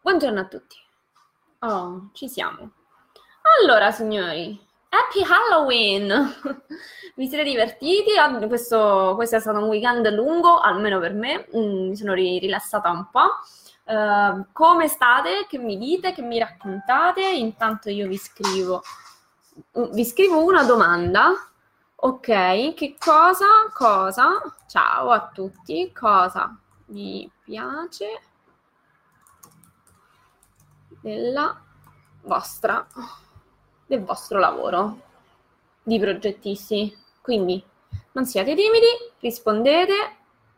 Buongiorno a tutti. Oh, ci siamo. Allora, signori, Happy Halloween! Vi siete divertiti? Questo è stato un weekend lungo, almeno per me. Mi sono rilassata un po'. Come state? Che mi dite? Che mi raccontate? Intanto io vi scrivo una domanda. Ok, che cosa? Ciao a tutti. Cosa vi piace della vostra, del vostro lavoro di progettisti? Quindi non siate timidi, rispondete.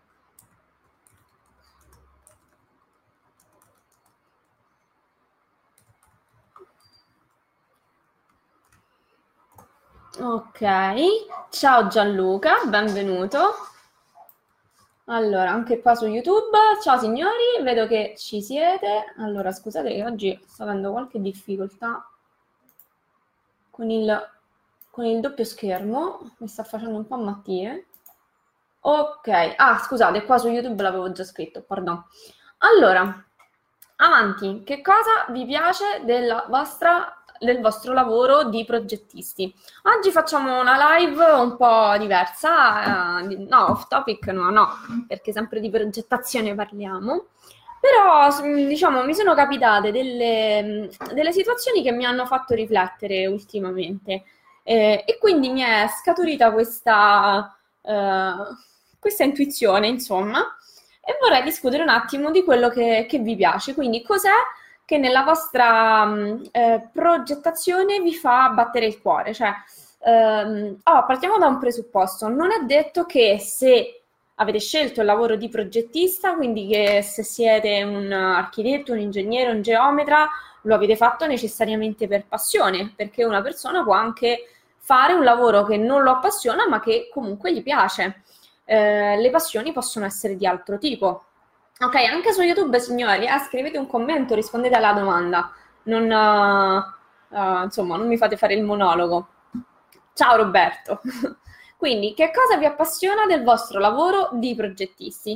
Ok, ciao Gianluca, benvenuto. Allora, anche qua su YouTube, ciao signori, vedo che ci siete. Allora, scusate che oggi sto avendo qualche difficoltà con il doppio schermo, mi sta facendo un po' ammattire. Ok, scusate, qua su YouTube l'avevo già scritto, pardon. Allora, avanti, che cosa vi piace del vostro lavoro di progettisti? Oggi facciamo una live un po' diversa, no, off topic, no, perché sempre di progettazione parliamo. Però, diciamo, mi sono capitate delle situazioni che mi hanno fatto riflettere ultimamente. E quindi mi è scaturita eh, questa intuizione, insomma, e vorrei discutere un attimo di quello che vi piace. Quindi, cos'è che nella vostra progettazione vi fa battere il cuore? Cioè, partiamo da un presupposto. Non è detto che se avete scelto il lavoro di progettista, quindi che se siete un architetto, un ingegnere, un geometra, lo avete fatto necessariamente per passione, perché una persona può anche fare un lavoro che non lo appassiona, ma che comunque gli piace. Le passioni possono essere di altro tipo. Ok, anche su YouTube, signori, scrivete un commento, rispondete alla domanda. Non, insomma, non mi fate fare il monologo. Ciao Roberto. Quindi, che cosa vi appassiona del vostro lavoro di progettisti?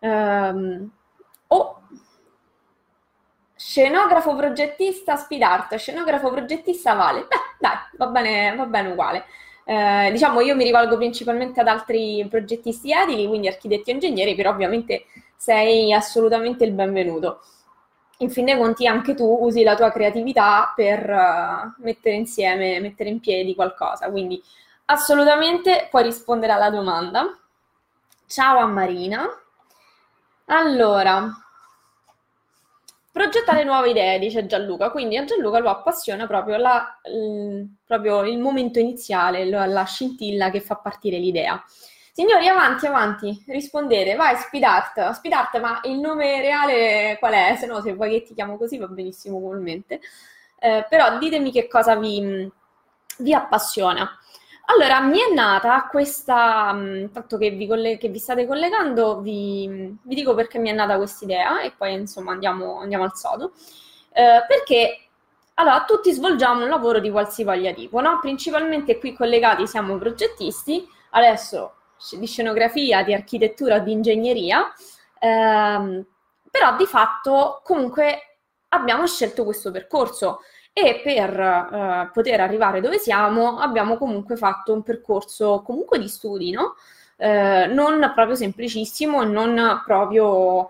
O scenografo progettista, speed art, scenografo progettista vale. Beh, dai, va bene uguale. Diciamo, io mi rivolgo principalmente ad altri progettisti edili, quindi architetti e ingegneri, però ovviamente sei assolutamente il benvenuto. In fin dei conti anche tu usi la tua creatività per mettere insieme, mettere in piedi qualcosa, quindi assolutamente puoi rispondere alla domanda. Ciao a Marina. Allora, progettare nuove idee, dice Gianluca, quindi a Gianluca lo appassiona proprio, proprio il momento iniziale, la scintilla che fa partire l'idea. Signori, avanti, avanti, rispondete, vai, Speed Art, ma il nome reale qual è? Se no, se vuoi che ti chiamo così va benissimo ugualmente. Però ditemi che cosa vi appassiona. Allora, mi è nata questa, tanto che vi state collegando, vi dico perché mi è nata questa idea e poi insomma andiamo al sodo. Perché allora, tutti svolgiamo un lavoro di qualsivoglia tipo, no? Principalmente qui collegati siamo progettisti, adesso di scenografia, di architettura, di ingegneria, però di fatto comunque abbiamo scelto questo percorso e per poter arrivare dove siamo abbiamo comunque fatto un percorso comunque di studi, no? Non proprio semplicissimo e non proprio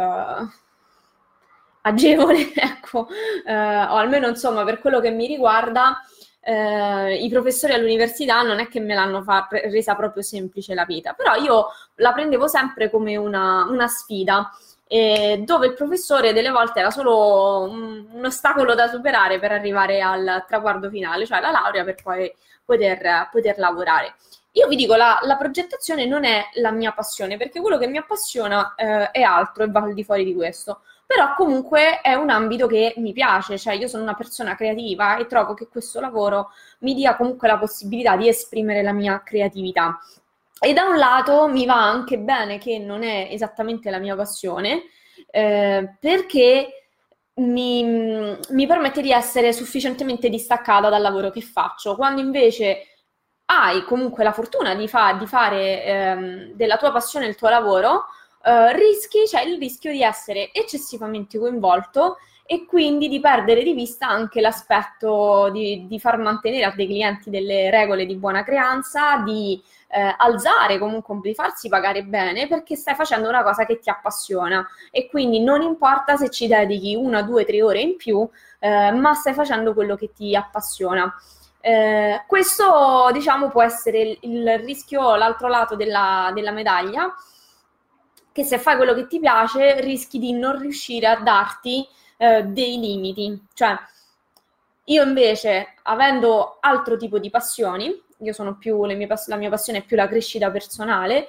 agevole, ecco, o almeno insomma per quello che mi riguarda, i professori all'università non è che me l'hanno resa proprio semplice la vita, però io la prendevo sempre come una sfida, dove il professore delle volte era solo un ostacolo da superare per arrivare al traguardo finale, cioè la laurea per poi poter lavorare. Io vi dico, la progettazione non è la mia passione, perché quello che mi appassiona è altro e va al di fuori di questo. Però comunque è un ambito che mi piace, cioè io sono una persona creativa e trovo che questo lavoro mi dia comunque la possibilità di esprimere la mia creatività. E da un lato mi va anche bene che non è esattamente la mia passione, perché mi permette di essere sufficientemente distaccata dal lavoro che faccio. Quando invece hai comunque la fortuna di fare della tua passione il tuo lavoro, c'è il rischio di essere eccessivamente coinvolto e quindi di perdere di vista anche l'aspetto di far mantenere a dei clienti delle regole di buona creanza, di alzare comunque, di farsi pagare bene perché stai facendo una cosa che ti appassiona e quindi non importa se ci dedichi 1, 2, 3 ore in più, ma stai facendo quello che ti appassiona. Questo, diciamo, può essere il rischio, l'altro lato della medaglia, che se fai quello che ti piace rischi di non riuscire a darti dei limiti. Cioè, io invece, avendo altro tipo di passioni, io sono più, la mia passione è più la crescita personale,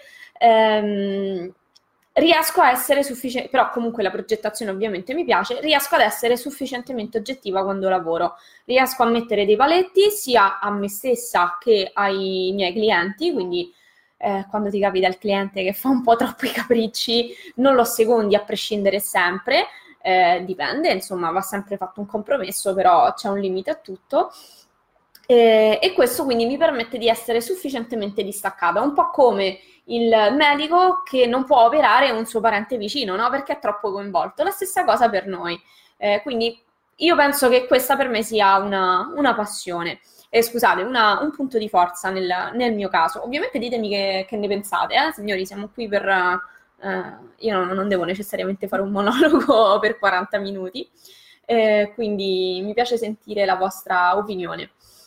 riesco a essere sufficiente, però comunque la progettazione ovviamente mi piace, riesco ad essere sufficientemente oggettiva quando lavoro, riesco a mettere dei paletti sia a me stessa che ai miei clienti, quindi quando ti capita il cliente che fa un po' troppi capricci, non lo secondi a prescindere sempre, dipende, insomma va sempre fatto un compromesso, però c'è un limite a tutto. E questo quindi mi permette di essere sufficientemente distaccata, un po' come il medico che non può operare un suo parente vicino, no? Perché è troppo coinvolto. La stessa cosa per noi. Quindi io penso che questa per me sia una passione. Scusate, un punto di forza nel mio caso. Ovviamente ditemi che ne pensate, signori, siamo qui per... io non devo necessariamente fare un monologo per 40 minuti, quindi mi piace sentire la vostra opinione.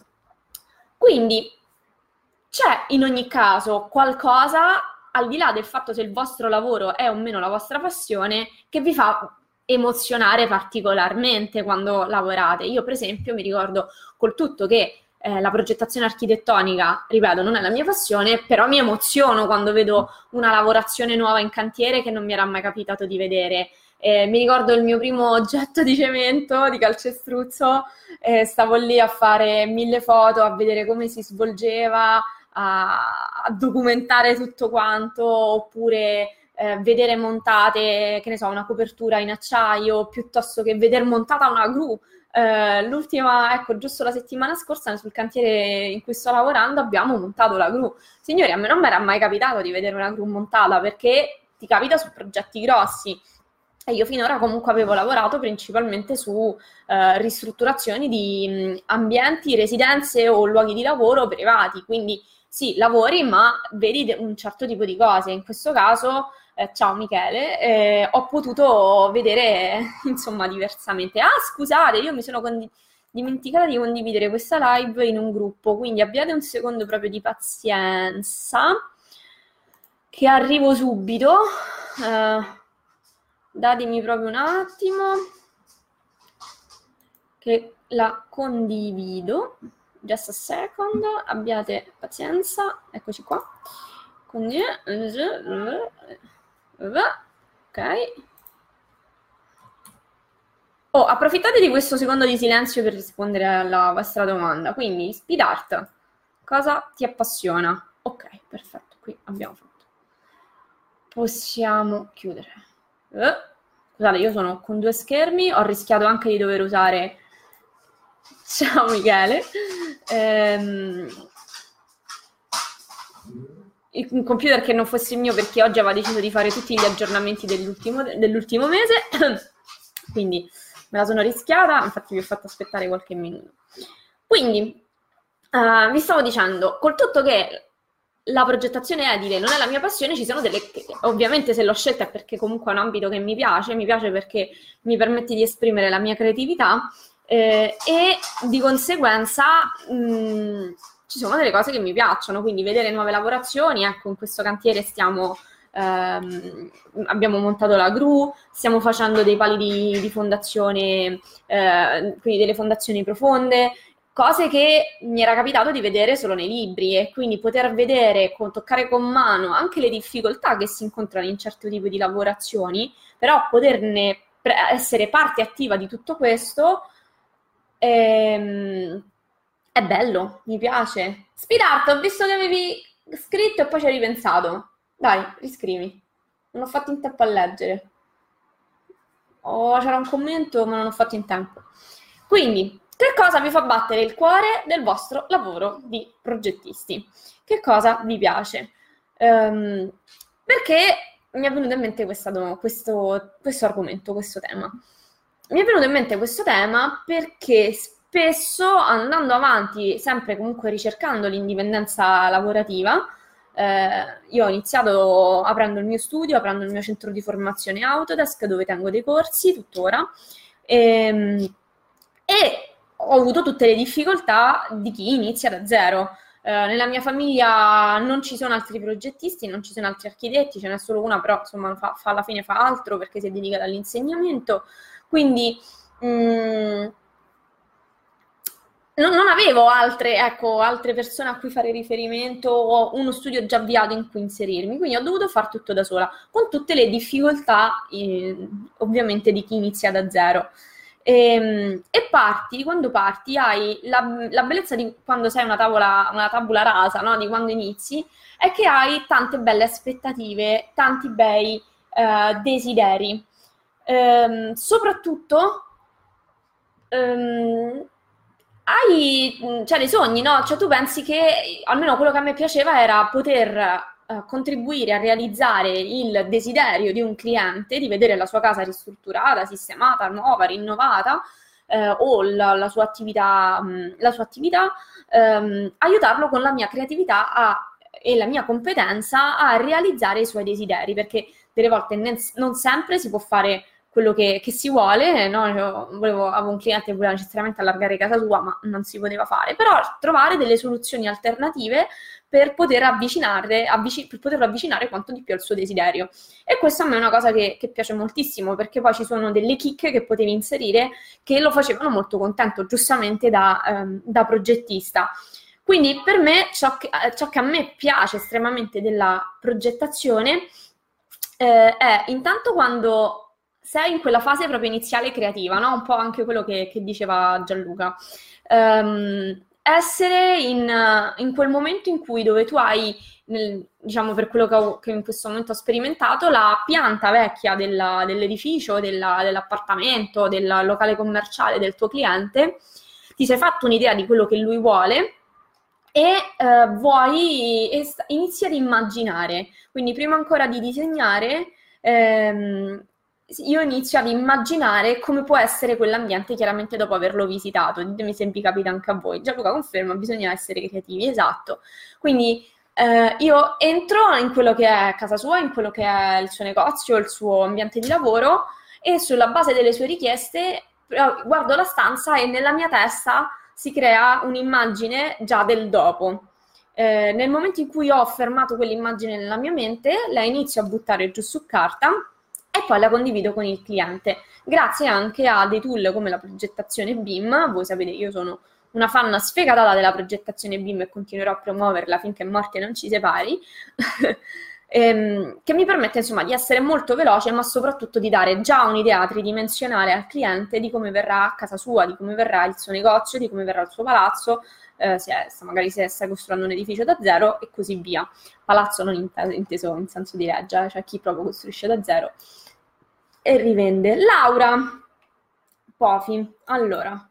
Quindi c'è in ogni caso qualcosa, al di là del fatto se il vostro lavoro è o meno la vostra passione, che vi fa emozionare particolarmente quando lavorate. Io per esempio mi ricordo col tutto che la progettazione architettonica, ripeto, non è la mia passione, però mi emoziono quando vedo una lavorazione nuova in cantiere che non mi era mai capitato di vedere. Mi ricordo il mio primo oggetto di cemento, di calcestruzzo, stavo lì a fare 1000 foto, a vedere come si svolgeva, a documentare tutto quanto, oppure vedere montate, che ne so, una copertura in acciaio, piuttosto che veder montata una gru. L'ultima, ecco, giusto la settimana scorsa sul cantiere in cui sto lavorando abbiamo montato la gru. Signori, a me non mi era mai capitato di vedere una gru montata perché ti capita su progetti grossi. E io finora comunque avevo lavorato principalmente su ristrutturazioni di ambienti, residenze o luoghi di lavoro privati, quindi sì, lavori ma vedi un certo tipo di cose. In questo caso, ciao Michele, ho potuto vedere insomma diversamente. Ah, scusate, io mi sono dimenticata di condividere questa live in un gruppo, quindi abbiate un secondo proprio di pazienza, che arrivo subito. Datemi proprio un attimo che la condivido. Just a second, abbiate pazienza. Eccoci qua. Ok. Oh, approfittate di questo secondo di silenzio per rispondere alla vostra domanda. Quindi, speed art, cosa ti appassiona? Ok, perfetto, qui abbiamo fatto. Possiamo chiudere. Scusate, io sono con 2 schermi, ho rischiato anche di dover usare... Ciao Michele. Un computer che non fosse il mio perché oggi aveva deciso di fare tutti gli aggiornamenti dell'ultimo mese, quindi me la sono rischiata, infatti vi ho fatto aspettare qualche minuto. Quindi, vi stavo dicendo, col tutto che la progettazione edile non è la mia passione, ci sono delle... Ovviamente se l'ho scelta è perché comunque è un ambito che mi piace perché mi permette di esprimere la mia creatività e di conseguenza ci sono delle cose che mi piacciono, quindi vedere nuove lavorazioni, ecco in questo cantiere abbiamo montato la gru, stiamo facendo dei pali di fondazione, quindi delle fondazioni profonde, cose che mi era capitato di vedere solo nei libri e quindi poter vedere, toccare con mano anche le difficoltà che si incontrano in certi tipi di lavorazioni, però poterne essere parte attiva di tutto questo è bello, mi piace. Spirarto, ho visto che avevi scritto e poi ci hai ripensato. Dai, riscrivi. Non ho fatto in tempo a leggere. C'era un commento, ma non ho fatto in tempo. Quindi, che cosa vi fa battere il cuore del vostro lavoro di progettisti? Che cosa vi piace? Perché mi è venuto in mente questo argomento, questo tema. Mi è venuto in mente questo tema perché spesso andando avanti, sempre comunque ricercando l'indipendenza lavorativa, io ho iniziato aprendo il mio studio, aprendo il mio centro di formazione Autodesk, dove tengo dei corsi tuttora, e ho avuto tutte le difficoltà di chi inizia da zero. Nella mia famiglia non ci sono altri progettisti, non ci sono altri architetti, ce n'è solo una, però insomma alla fine fa altro perché si è dedicata all'insegnamento. Quindi non avevo altre persone a cui fare riferimento o uno studio già avviato in cui inserirmi, quindi ho dovuto fare tutto da sola, con tutte le difficoltà ovviamente di chi inizia da zero. E quando parti hai la bellezza di quando sei una tabula rasa, no? Di quando inizi, è che hai tante belle aspettative, tanti bei desideri. Soprattutto hai, cioè, dei sogni, no? Cioè tu pensi che, almeno quello che a me piaceva era poter contribuire a realizzare il desiderio di un cliente di vedere la sua casa ristrutturata, sistemata, nuova, rinnovata, o la sua attività, aiutarlo con la mia creatività e la mia competenza a realizzare i suoi desideri, perché delle volte non sempre si può fare quello che si vuole, no? Avevo un cliente che voleva necessariamente allargare casa sua, ma non si poteva fare, però trovare delle soluzioni alternative per poterlo avvicinare quanto di più al suo desiderio. E questa a me è una cosa che piace moltissimo, perché poi ci sono delle chicche che potevi inserire che lo facevano molto contento, giustamente da progettista. Quindi per me ciò che a me piace estremamente della progettazione è intanto quando sei in quella fase proprio iniziale creativa, no? Un po' anche quello che diceva Gianluca. Essere in quel momento in cui dove tu hai, diciamo per quello che in questo momento ho sperimentato, la pianta vecchia dell'edificio, dell'appartamento, del locale commerciale del tuo cliente, ti sei fatto un'idea di quello che lui vuole e inizi ad immaginare. Quindi prima ancora di disegnare, io inizio ad immaginare come può essere quell'ambiente, chiaramente dopo averlo visitato. Ditemi se vi capita anche a voi. Gianluca conferma, bisogna essere creativi, esatto. Quindi io entro in quello che è casa sua, in quello che è il suo negozio, il suo ambiente di lavoro, e sulla base delle sue richieste guardo la stanza e nella mia testa si crea un'immagine già del dopo. Nel momento in cui ho fermato quell'immagine nella mia mente, la inizio a buttare giù su carta e poi la condivido con il cliente, grazie anche a dei tool come la progettazione BIM. Voi sapete, io sono una fan sfegatata della progettazione BIM e continuerò a promuoverla finché morte non ci separi, che mi permette insomma di essere molto veloce, ma soprattutto di dare già un'idea tridimensionale al cliente di come verrà a casa sua, di come verrà il suo negozio, di come verrà il suo palazzo, magari se stai costruendo un edificio da zero e così via. Palazzo non inteso in senso di legge, cioè chi proprio costruisce da zero e rivende. Laura Pofi, allora,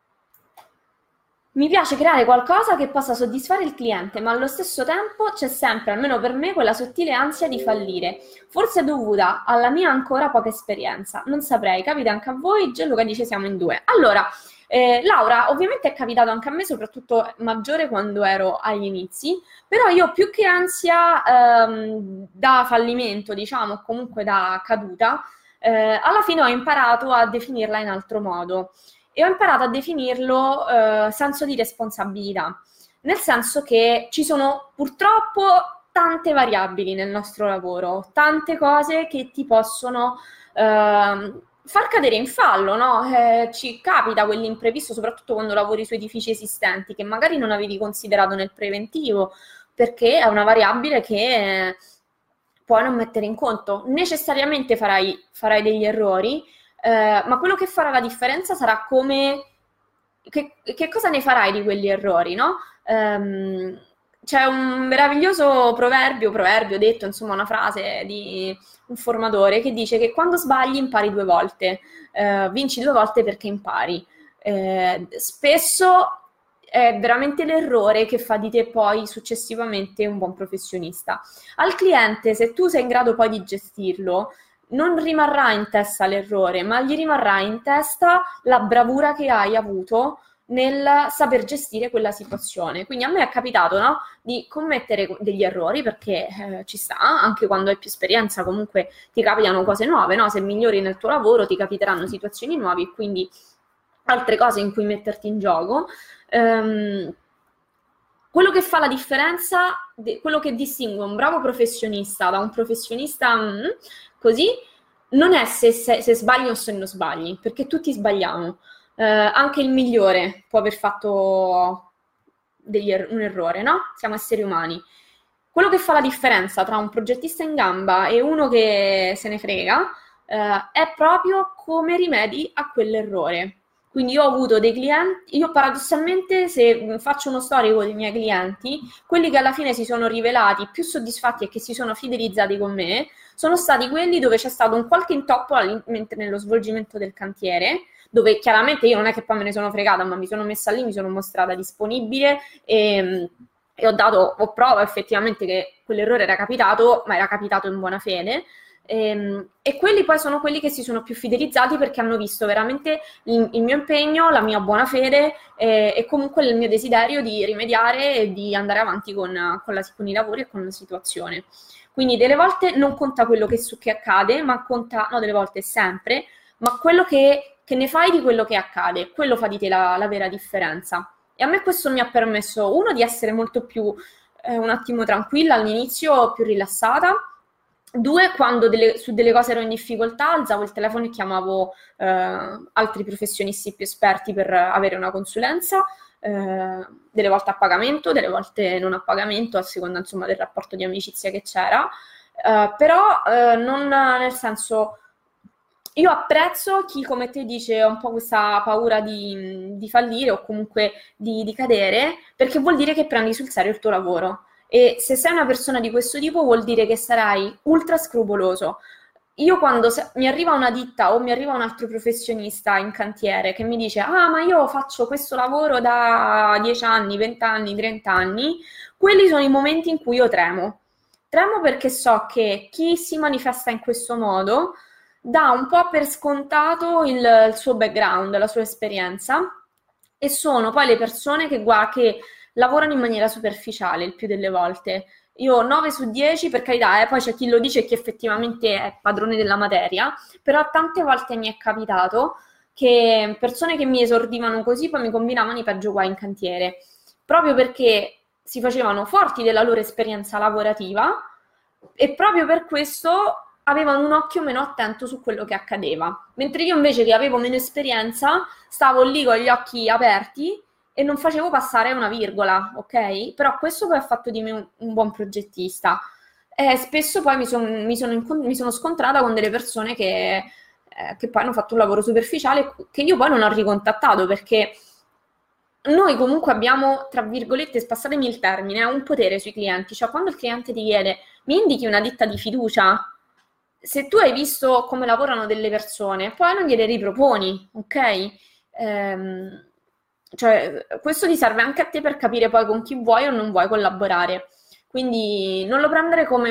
mi piace creare qualcosa che possa soddisfare il cliente, ma allo stesso tempo c'è sempre, almeno per me, quella sottile ansia di fallire, forse dovuta alla mia ancora poca esperienza. Non saprei, capita anche a voi? Gianluca dice siamo in due. Allora, Laura, ovviamente è capitato anche a me, soprattutto maggiore quando ero agli inizi, però io più che ansia da fallimento, diciamo, comunque da caduta, alla fine ho imparato a definirla in altro modo. E ho imparato a definirlo senso di responsabilità, nel senso che ci sono purtroppo tante variabili nel nostro lavoro, tante cose che ti possono far cadere in fallo, no? Ci capita quell'imprevisto, soprattutto quando lavori su edifici esistenti, che magari non avevi considerato nel preventivo, perché è una variabile che puoi non mettere in conto. Necessariamente farai degli errori, ma quello che farà la differenza sarà che cosa ne farai di quegli errori, no? C'è un meraviglioso proverbio detto, insomma una frase di un formatore che dice che quando sbagli impari 2 volte, vinci 2 volte perché impari. Spesso è veramente l'errore che fa di te poi successivamente un buon professionista. Al cliente, se tu sei in grado poi di gestirlo, non rimarrà in testa l'errore, ma gli rimarrà in testa la bravura che hai avuto nel saper gestire quella situazione. Quindi a me è capitato, no, di commettere degli errori, perché ci sta, anche quando hai più esperienza comunque ti capitano cose nuove, no? Se migliori nel tuo lavoro ti capiteranno situazioni nuove, quindi altre cose in cui metterti in gioco. Quello che fa la differenza, quello che distingue un bravo professionista da un professionista così, non è se sbagli o se non sbagli, perché tutti sbagliamo. Anche il migliore può aver fatto un errore, no? Siamo esseri umani. Quello che fa la differenza tra un progettista in gamba e uno che se ne frega è proprio come rimedi a quell'errore. Quindi io ho avuto dei clienti, io paradossalmente se faccio uno storico dei miei clienti, quelli che alla fine si sono rivelati più soddisfatti e che si sono fidelizzati con me, sono stati quelli dove c'è stato un qualche intoppo nello svolgimento del cantiere, dove chiaramente io non è che poi me ne sono fregata, ma mi sono messa lì, mi sono mostrata disponibile e ho prova effettivamente che quell'errore era capitato, ma era capitato in buona fede. E quelli poi sono quelli che si sono più fidelizzati perché hanno visto veramente il mio impegno, la mia buona fede e comunque il mio desiderio di rimediare e di andare avanti con i lavori e con la situazione. Quindi delle volte non conta quello che accade, ma conta, no, delle volte sempre, ma quello che ne fai di quello che accade, quello fa di te la vera differenza. E a me questo mi ha permesso, uno, di essere molto più un attimo tranquilla all'inizio, più rilassata. Due, quando su delle cose ero in difficoltà, alzavo il telefono e chiamavo altri professionisti più esperti per avere una consulenza, delle volte a pagamento, delle volte non a pagamento, a seconda insomma del rapporto di amicizia che c'era. Però non nel senso, io apprezzo chi come te dice un po' questa paura di fallire o comunque di cadere, perché vuol dire che prendi sul serio il tuo lavoro. E se sei una persona di questo tipo vuol dire che sarai ultra scrupoloso. Io quando mi arriva una ditta o mi arriva un altro professionista in cantiere che mi dice ah ma io faccio questo lavoro da 10 anni, 20 anni, 30 anni, quelli sono i momenti in cui io tremo. Tremo perché so che chi si manifesta in questo modo dà un po' per scontato il suo background, la sua esperienza e sono poi le persone che lavorano in maniera superficiale il più delle volte. Io 9 su 10, per carità, poi c'è chi lo dice e chi effettivamente è padrone della materia, però tante volte mi è capitato che persone che mi esordivano così poi mi combinavano i peggio guai in cantiere, proprio perché si facevano forti della loro esperienza lavorativa e proprio per questo avevano un occhio meno attento su quello che accadeva. Mentre io invece che avevo meno esperienza, stavo lì con gli occhi aperti e non facevo passare una virgola, ok? Però questo poi ha fatto di me un buon progettista. Spesso poi mi sono scontrata con delle persone che poi hanno fatto un lavoro superficiale che io poi non ho ricontattato perché noi comunque abbiamo, tra virgolette, passatemi il termine, un potere sui clienti. Cioè quando il cliente ti chiede mi indichi una ditta di fiducia, se tu hai visto come lavorano delle persone, poi non gliele riproponi, ok? Cioè, questo ti serve anche a te per capire poi con chi vuoi o non vuoi collaborare. Quindi non lo prendere come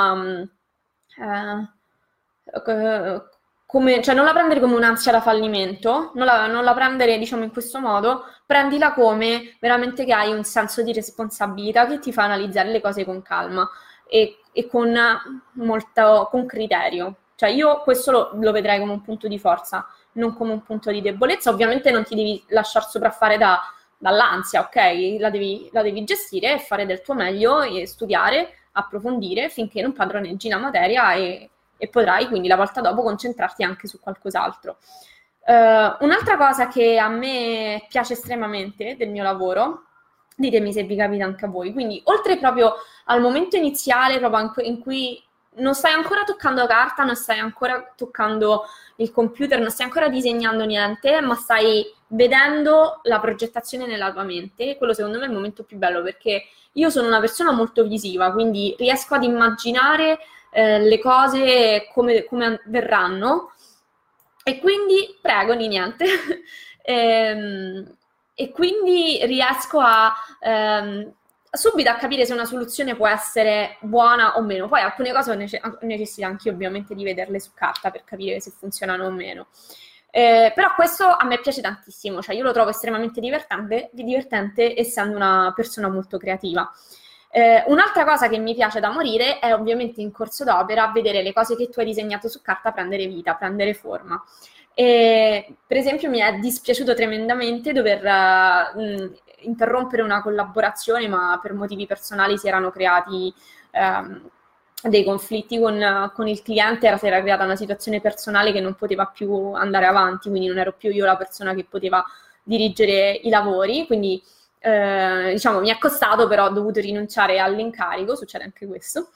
cioè non la prendere come un'ansia da fallimento, non la prendere, diciamo, in questo modo, prendila come veramente che hai un senso di responsabilità che ti fa analizzare le cose con calma e con criterio. Cioè io questo lo vedrei come un punto di forza, non come un punto di debolezza. Ovviamente non ti devi lasciar sopraffare dall'ansia, ok? La devi gestire e fare del tuo meglio e studiare, approfondire finché non padroneggi la materia e potrai quindi la volta dopo concentrarti anche su qualcos'altro. Un'altra cosa che a me piace estremamente del mio lavoro, ditemi se vi capita anche a voi, quindi oltre proprio al momento iniziale, proprio in cui non stai ancora toccando carta, non stai ancora toccando il computer, non stai ancora disegnando niente, ma stai vedendo la progettazione nella tua mente. Quello secondo me è il momento più bello perché io sono una persona molto visiva, quindi riesco ad immaginare le cose come verranno e quindi prego di niente. e quindi riesco subito a capire se una soluzione può essere buona o meno. Poi alcune cose ho necessità anche io ovviamente di vederle su carta per capire se funzionano o meno. Però questo a me piace tantissimo, cioè io lo trovo estremamente divertente essendo una persona molto creativa. Un'altra cosa che mi piace da morire è ovviamente in corso d'opera vedere le cose che tu hai disegnato su carta prendere vita, prendere forma. Per esempio mi è dispiaciuto tremendamente dover interrompere una collaborazione, ma per motivi personali si erano creati dei conflitti con il cliente, si era creata una situazione personale che non poteva più andare avanti, quindi non ero più io la persona che poteva dirigere i lavori, quindi diciamo mi è costato, però ho dovuto rinunciare all'incarico, succede anche questo.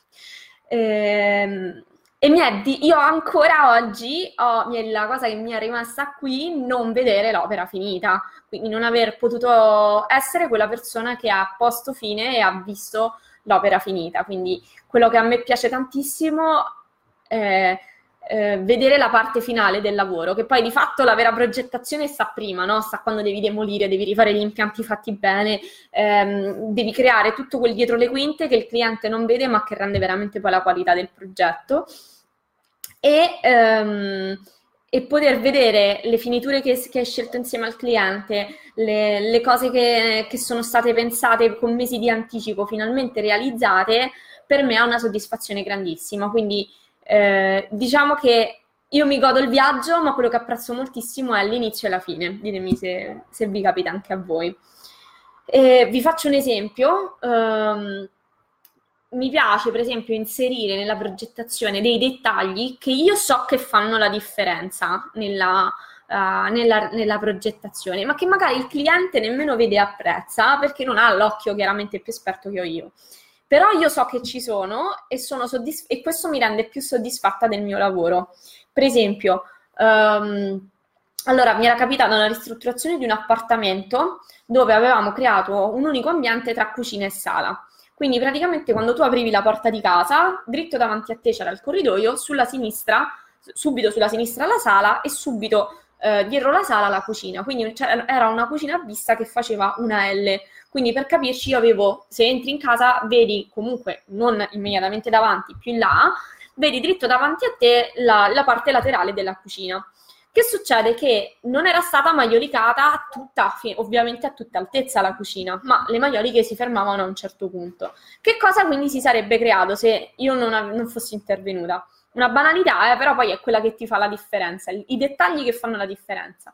Io ancora oggi la cosa che mi è rimasta qui, non vedere l'opera finita, quindi non aver potuto essere quella persona che ha posto fine e ha visto l'opera finita. Quindi quello che a me piace tantissimo è vedere la parte finale del lavoro, che poi di fatto la vera progettazione sta prima, no? Sta quando devi demolire, devi rifare gli impianti fatti bene, devi creare tutto quel dietro le quinte che il cliente non vede ma che rende veramente poi la qualità del progetto. E poter vedere le finiture che hai scelto insieme al cliente, le cose che sono state pensate con mesi di anticipo, finalmente realizzate, per me è una soddisfazione grandissima. Quindi diciamo che io mi godo il viaggio, ma quello che apprezzo moltissimo è l'inizio e la fine. Ditemi se vi capita anche a voi. Vi faccio un esempio. Mi piace, per esempio, inserire nella progettazione dei dettagli che io so che fanno la differenza nella progettazione, ma che magari il cliente nemmeno vede e apprezza perché non ha l'occhio chiaramente più esperto che ho io. Però io so che ci sono e questo mi rende più soddisfatta del mio lavoro. Per esempio, allora mi era capitata una ristrutturazione di un appartamento dove avevamo creato un unico ambiente tra cucina e sala. Quindi praticamente quando tu aprivi la porta di casa, dritto davanti a te c'era il corridoio, sulla sinistra, subito sulla sinistra la sala e subito dietro la sala la cucina. Quindi era una cucina a vista che faceva una L. Quindi per capirci io avevo, se entri in casa, vedi comunque non immediatamente davanti, più in là, vedi dritto davanti a te la parte laterale della cucina. Che succede? Che non era stata maiolicata ovviamente a tutta altezza la cucina, ma le maioliche si fermavano a un certo punto. Che cosa quindi si sarebbe creato se io non fossi intervenuta? Una banalità, però poi è quella che ti fa la differenza, i dettagli che fanno la differenza.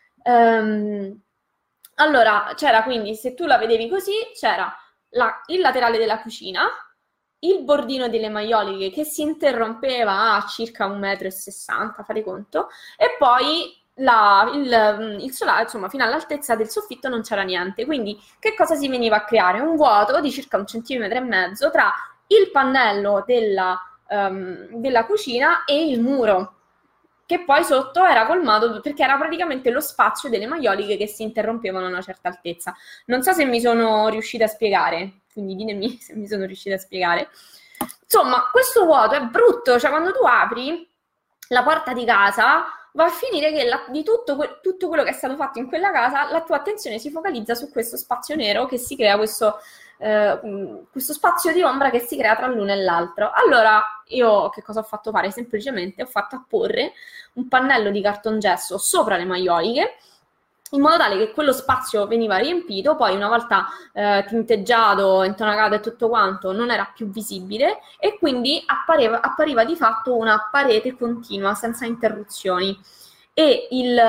Allora, c'era quindi, se tu la vedevi così, c'era il laterale della cucina, il bordino delle maioliche che si interrompeva a circa 1,60 m, fate conto, e poi il solare, insomma, fino all'altezza del soffitto non c'era niente. Quindi che cosa si veniva a creare? Un vuoto di circa 1,5 m tra il pannello della cucina e il muro, che poi sotto era colmato perché era praticamente lo spazio delle maioliche che si interrompevano a una certa altezza. Non so se mi sono riuscita a spiegare, quindi ditemi se mi sono riuscita a spiegare. Insomma, questo vuoto è brutto, cioè quando tu apri la porta di casa va a finire che di tutto quello che è stato fatto in quella casa, la tua attenzione si focalizza su questo spazio nero che si crea, questo spazio di ombra che si crea tra l'uno e l'altro. Allora io che cosa ho fatto fare? Semplicemente ho fatto apporre un pannello di cartongesso sopra le maioliche in modo tale che quello spazio veniva riempito, poi una volta tinteggiato, intonacato e tutto quanto non era più visibile e quindi appariva di fatto una parete continua senza interruzioni e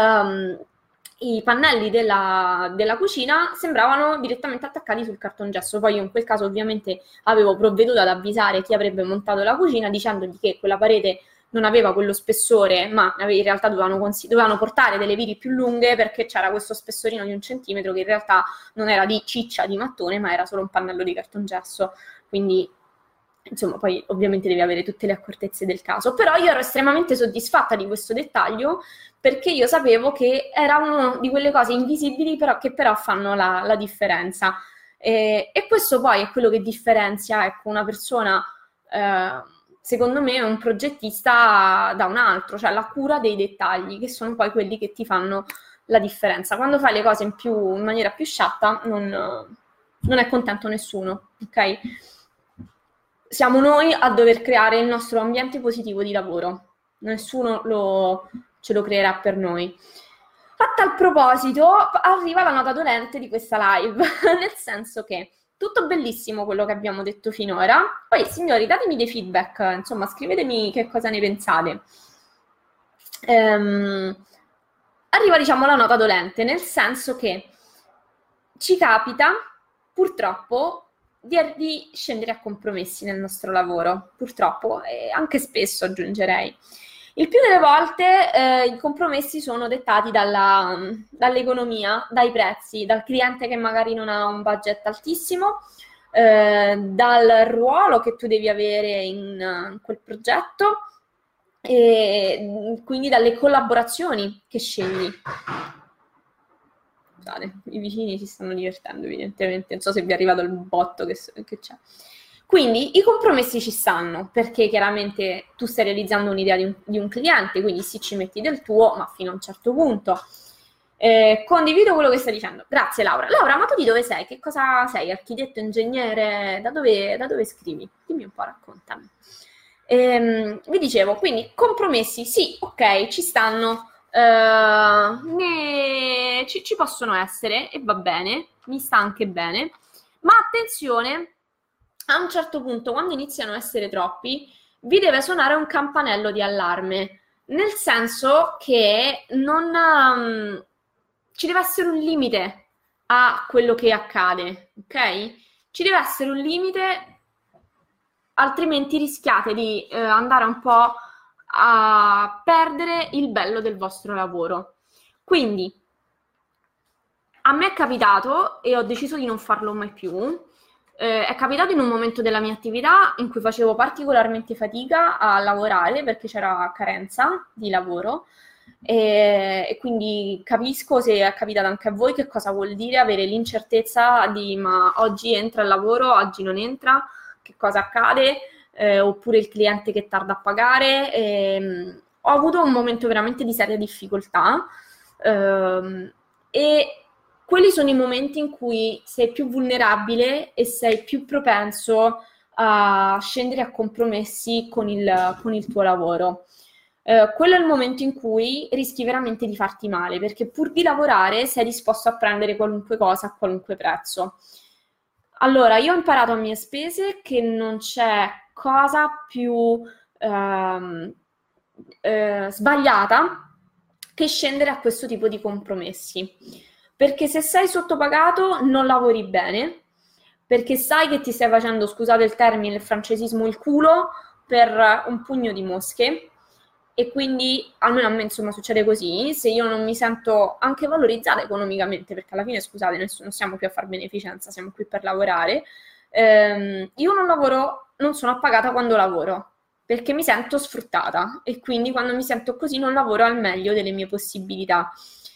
i pannelli della cucina sembravano direttamente attaccati sul cartongesso. Poi io in quel caso ovviamente avevo provveduto ad avvisare chi avrebbe montato la cucina dicendogli che quella parete non aveva quello spessore, ma in realtà dovevano portare delle viti più lunghe perché c'era questo spessorino di 1 centimetro che in realtà non era di ciccia di mattone, ma era solo un pannello di cartongesso. Quindi, insomma, poi ovviamente devi avere tutte le accortezze del caso. Però io ero estremamente soddisfatta di questo dettaglio perché io sapevo che era una di quelle cose invisibili che però fanno la differenza. E questo poi è quello che differenzia, ecco, una persona... secondo me un progettista da un altro, cioè la cura dei dettagli, che sono poi quelli che ti fanno la differenza. Quando fai le cose in maniera più sciatta non è contento nessuno, ok? Siamo noi a dover creare il nostro ambiente positivo di lavoro, nessuno ce lo creerà per noi. A tal proposito arriva la nota dolente di questa live, nel senso che tutto bellissimo quello che abbiamo detto finora, poi signori datemi dei feedback, insomma scrivetemi che cosa ne pensate. Arriva diciamo la nota dolente, nel senso che ci capita purtroppo di scendere a compromessi nel nostro lavoro, purtroppo, e anche spesso aggiungerei. Il più delle volte i compromessi sono dettati dall'economia, dai prezzi, dal cliente che magari non ha un budget altissimo, dal ruolo che tu devi avere in quel progetto e quindi dalle collaborazioni che scegli. Scusate, i vicini si stanno divertendo evidentemente, non so se vi è arrivato il botto che c'è. Quindi i compromessi ci stanno, perché chiaramente tu stai realizzando un'idea di un cliente, quindi sì ci metti del tuo, ma fino a un certo punto. Condivido quello che stai dicendo. Grazie Laura. Laura, ma tu di dove sei? Che cosa sei? Architetto, ingegnere? Da dove scrivi? Dimmi un po', raccontami. Vi dicevo, quindi compromessi, sì, ok, ci stanno, ci possono essere e va bene, mi sta anche bene, ma attenzione, a un certo punto, quando iniziano a essere troppi, vi deve suonare un campanello di allarme, nel senso che ci deve essere un limite a quello che accade, ok? Ci deve essere un limite, altrimenti rischiate di andare un po' a perdere il bello del vostro lavoro. Quindi, a me è capitato, e ho deciso di non farlo mai più, è capitato in un momento della mia attività in cui facevo particolarmente fatica a lavorare perché c'era carenza di lavoro e quindi capisco, se è capitato anche a voi, che cosa vuol dire avere l'incertezza di ma oggi entra il lavoro, oggi non entra, che cosa accade, oppure il cliente che tarda a pagare. Ho avuto un momento veramente di seria difficoltà e quelli sono i momenti in cui sei più vulnerabile e sei più propenso a scendere a compromessi con il tuo lavoro. Quello è il momento in cui rischi veramente di farti male, perché pur di lavorare sei disposto a prendere qualunque cosa a qualunque prezzo. Allora, io ho imparato a mie spese che non c'è cosa più sbagliata che scendere a questo tipo di compromessi. Perché se sei sottopagato non lavori bene, perché sai che ti stai facendo, scusate il termine, il francesismo, il culo per un pugno di mosche, e quindi almeno a me insomma succede così. Se io non mi sento anche valorizzata economicamente, perché alla fine scusate non siamo qui a far beneficenza, siamo qui per lavorare, io non sono appagata quando lavoro, perché mi sento sfruttata e quindi quando mi sento così non lavoro al meglio delle mie possibilità.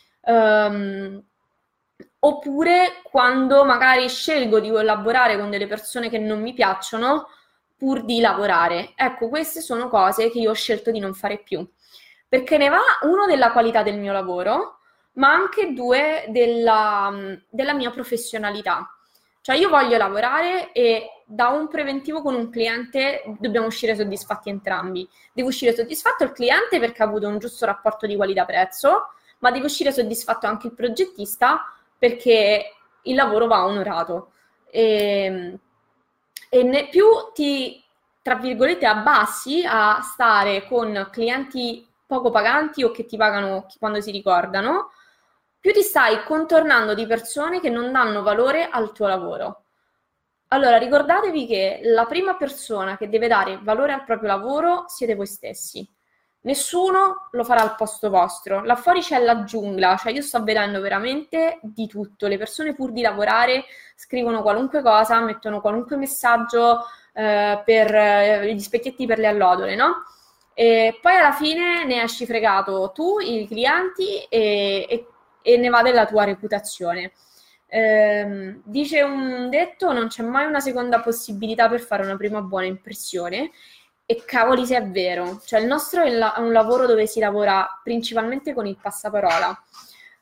Oppure quando magari scelgo di collaborare con delle persone che non mi piacciono pur di lavorare. Ecco, queste sono cose che io ho scelto di non fare più, perché ne va uno della qualità del mio lavoro, ma anche due della mia professionalità. Cioè io voglio lavorare e da un preventivo con un cliente dobbiamo uscire soddisfatti entrambi. Deve uscire soddisfatto il cliente perché ha avuto un giusto rapporto di qualità-prezzo, ma deve uscire soddisfatto anche il progettista perché il lavoro va onorato. E ne più ti, tra virgolette, abbassi a stare con clienti poco paganti o che ti pagano quando si ricordano, più ti stai contornando di persone che non danno valore al tuo lavoro. Allora, ricordatevi che la prima persona che deve dare valore al proprio lavoro siete voi stessi. Nessuno lo farà al posto vostro. Là fuori c'è la giungla, cioè io sto vedendo veramente di tutto. Le persone pur di lavorare scrivono qualunque cosa, mettono qualunque messaggio per gli specchietti per le allodole, no? E poi alla fine ne esci fregato tu, i clienti e ne va della tua reputazione. Dice un detto, non c'è mai una seconda possibilità per fare una prima buona impressione. E cavoli se è vero, cioè il nostro è un lavoro dove si lavora principalmente con il passaparola.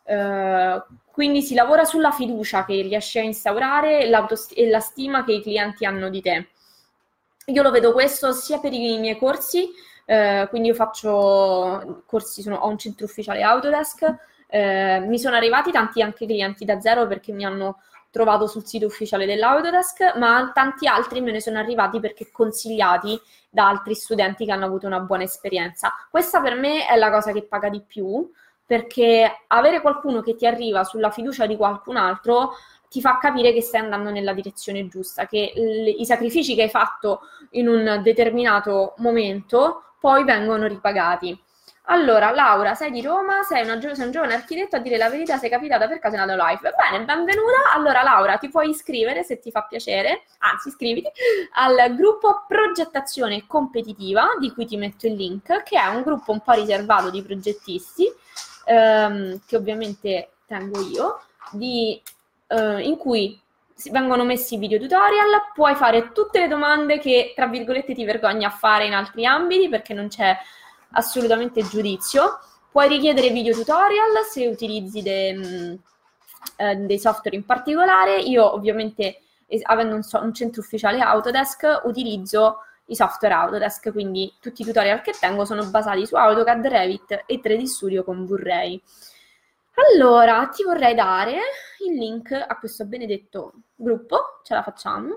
Quindi si lavora sulla fiducia che riesci a instaurare e la stima che i clienti hanno di te. Io lo vedo questo sia per i miei corsi, quindi io faccio corsi, ho un centro ufficiale Autodesk, mi sono arrivati tanti anche clienti da zero perché mi hanno trovato sul sito ufficiale dell'Autodesk, ma tanti altri me ne sono arrivati perché consigliati da altri studenti che hanno avuto una buona esperienza. Questa per me è la cosa che paga di più, perché avere qualcuno che ti arriva sulla fiducia di qualcun altro ti fa capire che stai andando nella direzione giusta, che i sacrifici che hai fatto in un determinato momento poi vengono ripagati. Allora, Laura, sei di Roma, sei un giovane architetto, a dire la verità sei capitata per caso in Nado Life. Bene, benvenuta. Allora, Laura, ti puoi iscrivere se ti fa piacere, anzi iscriviti, al gruppo Progettazione Competitiva, di cui ti metto il link, che è un gruppo un po' riservato di progettisti, che ovviamente tengo io, in cui vengono messi video tutorial, puoi fare tutte le domande che, tra virgolette, ti vergogni a fare in altri ambiti, perché non c'è assolutamente giudizio. Puoi richiedere video tutorial se utilizzi dei software in particolare. Io ovviamente, avendo un centro ufficiale Autodesk, utilizzo i software Autodesk, quindi tutti i tutorial che tengo sono basati su AutoCAD, Revit e 3D Studio con V-Ray. Allora, ti vorrei dare il link a questo benedetto gruppo, ce la facciamo?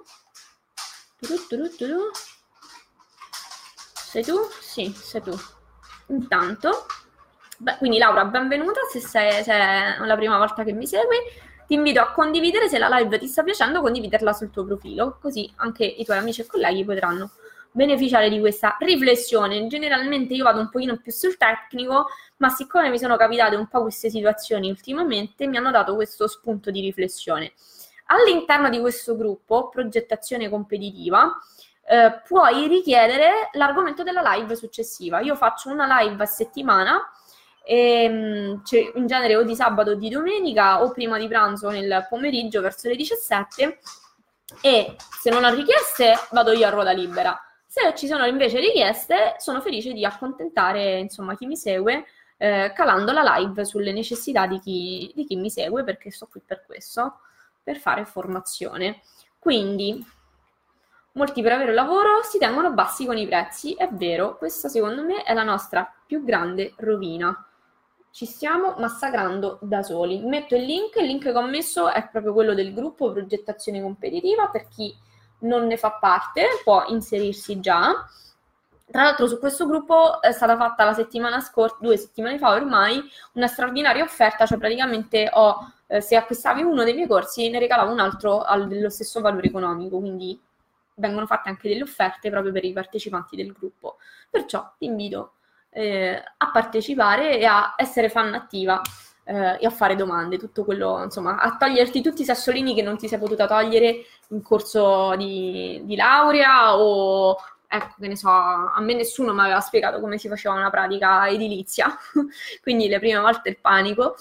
Sei tu? Sì, sei tu. Intanto, quindi Laura, benvenuta, se è la prima volta che mi segui, ti invito a condividere, se la live ti sta piacendo, condividerla sul tuo profilo, così anche i tuoi amici e colleghi potranno beneficiare di questa riflessione. Generalmente io vado un pochino più sul tecnico, ma siccome mi sono capitate un po' queste situazioni ultimamente, mi hanno dato questo spunto di riflessione. All'interno di questo gruppo, progettazione competitiva, puoi richiedere l'argomento della live successiva. Io faccio una live a settimana, cioè in genere o di sabato o di domenica o prima di pranzo nel pomeriggio verso le 17, e se non ho richieste vado io a ruota libera. Se ci sono invece richieste, sono felice di accontentare, insomma, chi mi segue, calando la live sulle necessità di chi mi segue, perché sto qui per questo, per fare formazione. Quindi, molti per avere un lavoro si tengono bassi con i prezzi. È vero, questa secondo me è la nostra più grande rovina. Ci stiamo massacrando da soli. Metto il link che ho messo è proprio quello del gruppo Progettazione Competitiva, per chi non ne fa parte può inserirsi già. Tra l'altro su questo gruppo è stata fatta la settimana scorsa, 2 settimane fa ormai, una straordinaria offerta, cioè praticamente se acquistavi uno dei miei corsi ne regalavo un altro dello stesso valore economico, quindi vengono fatte anche delle offerte proprio per i partecipanti del gruppo. Perciò ti invito a partecipare e a essere fan attiva e a fare domande, tutto quello, insomma, a toglierti tutti i sassolini che non ti sei potuta togliere in corso di laurea, o ecco, che ne so, a me nessuno mi aveva spiegato come si faceva una pratica edilizia, quindi le prime volte il panico.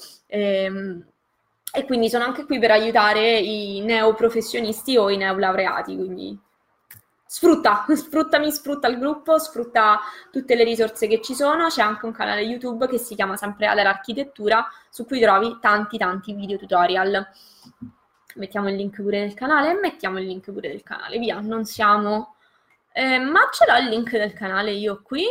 E quindi sono anche qui per aiutare i neoprofessionisti o i neolaureati, quindi sfrutta il gruppo, sfrutta tutte le risorse che ci sono. C'è anche un canale YouTube che si chiama sempre Adler Architettura, su cui trovi tanti video tutorial. Mettiamo il link pure del canale, via, non siamo... ma ce l'ho il link del canale io qui?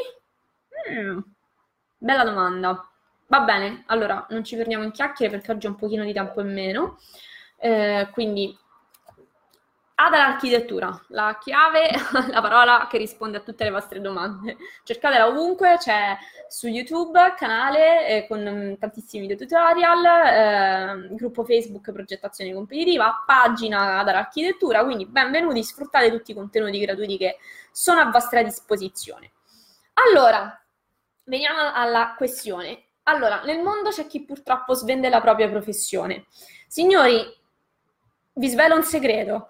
Bella domanda. Va bene, allora non ci perdiamo in chiacchiere perché oggi ho un pochino di tempo in meno, quindi Adler Architettura, la chiave, la parola che risponde a tutte le vostre domande. Cercatela ovunque, c'è su YouTube, canale con tantissimi video tutorial, gruppo Facebook Progettazione Competitiva, pagina Adler Architettura, quindi benvenuti, sfruttate tutti i contenuti gratuiti che sono a vostra disposizione. Allora, veniamo alla questione. Allora, nel mondo c'è chi purtroppo svende la propria professione. Signori, vi svelo un segreto.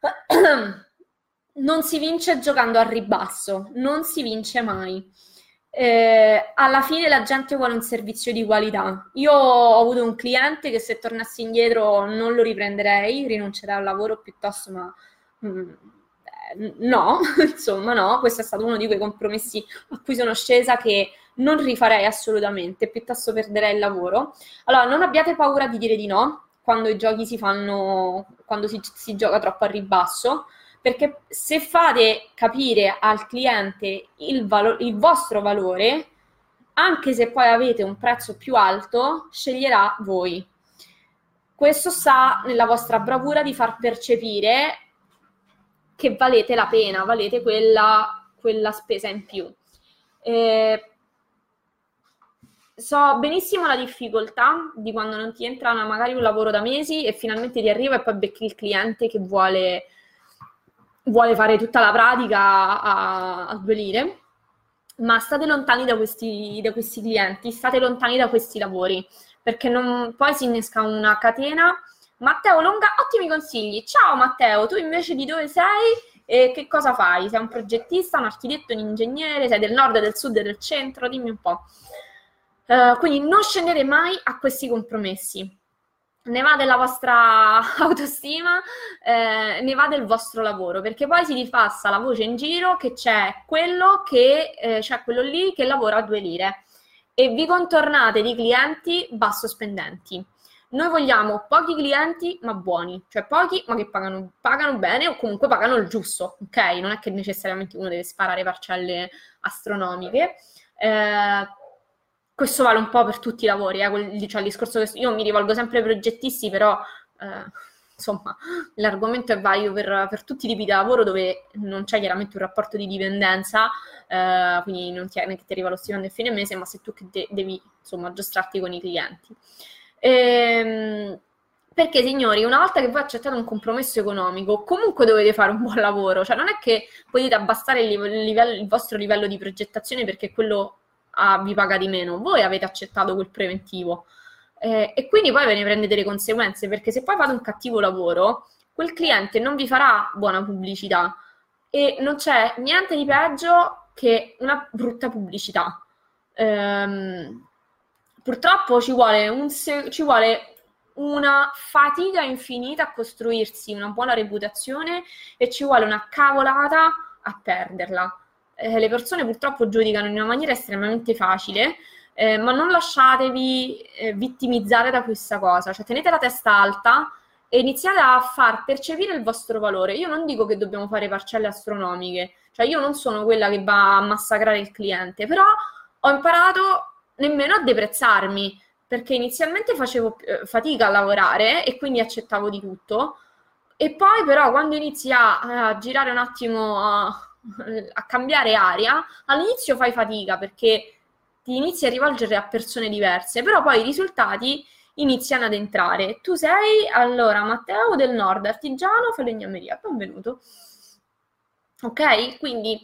Non si vince giocando al ribasso, non si vince mai. Alla fine la gente vuole un servizio di qualità. Io ho avuto un cliente che se tornassi indietro non lo riprenderei, rinuncerei al lavoro piuttosto, ma no, insomma no, questo è stato uno di quei compromessi a cui sono scesa che non rifarei assolutamente, piuttosto perderei il lavoro. Allora, non abbiate paura di dire di no quando i giochi si fanno, quando si gioca troppo a ribasso, perché se fate capire al cliente il vostro valore, anche se poi avete un prezzo più alto, sceglierà voi. Questo sta nella vostra bravura di far percepire che valete la pena, valete quella spesa in più. So benissimo la difficoltà di quando non ti entra magari un lavoro da mesi e finalmente ti arriva e poi becchi il cliente che vuole fare tutta la pratica a 2 lire, ma state lontani da questi clienti, state lontani da questi lavori, perché poi si innesca una catena. Matteo Longa, ottimi consigli. Ciao Matteo, tu invece di dove sei e che cosa fai? Sei un progettista, un architetto, un ingegnere, sei del nord, del sud, del centro? Dimmi un po'. Quindi non scendete mai a questi compromessi. Ne va della vostra autostima, ne va del vostro lavoro, perché poi si ripassa la voce in giro che c'è quello lì che lavora a 2 lire e vi contornate di clienti basso spendenti. Noi vogliamo pochi clienti ma buoni, cioè pochi ma che pagano bene o comunque pagano il giusto, ok? Non è che necessariamente uno deve sparare parcelle astronomiche. Questo vale un po' per tutti i lavori, cioè il discorso che io mi rivolgo sempre ai progettisti, però insomma l'argomento è valido per tutti i tipi di lavoro dove non c'è chiaramente un rapporto di dipendenza, quindi non è che ti arriva lo stipendio a fine mese, ma sei tu che devi insomma giostrarti con i clienti. Perché signori, una volta che voi accettate un compromesso economico, comunque dovete fare un buon lavoro, cioè non è che potete abbassare il vostro livello di progettazione perché quello vi paga di meno, voi avete accettato quel preventivo e quindi poi ve ne prendete le conseguenze, perché se poi fate un cattivo lavoro, quel cliente non vi farà buona pubblicità e non c'è niente di peggio che una brutta pubblicità. Purtroppo ci vuole una fatica infinita a costruirsi una buona reputazione e ci vuole una cavolata a perderla. Le persone purtroppo giudicano in una maniera estremamente facile, ma non lasciatevi vittimizzare da questa cosa, cioè tenete la testa alta e iniziate a far percepire il vostro valore. Io non dico che dobbiamo fare parcelle astronomiche, cioè io non sono quella che va a massacrare il cliente, però ho imparato nemmeno a deprezzarmi, perché inizialmente facevo fatica a lavorare e quindi accettavo di tutto, e poi però quando inizi a girare un attimo, a cambiare aria, all'inizio fai fatica perché ti inizi a rivolgere a persone diverse, però poi i risultati iniziano ad entrare. Tu sei, allora, Matteo del Nord, artigiano, falegnameria, benvenuto. Ok? Quindi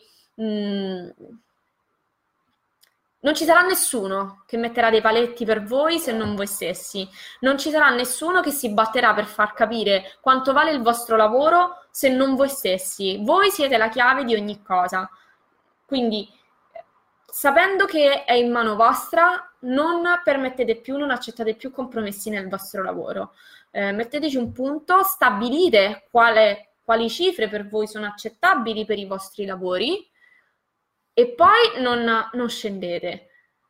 non ci sarà nessuno che metterà dei paletti per voi se non voi stessi. Non ci sarà nessuno che si batterà per far capire quanto vale il vostro lavoro se non voi stessi. Voi siete la chiave di ogni cosa. Quindi, sapendo che è in mano vostra, non permettete più, non accettate più compromessi nel vostro lavoro. Metteteci un punto, stabilite quali cifre per voi sono accettabili per i vostri lavori e poi non scendete.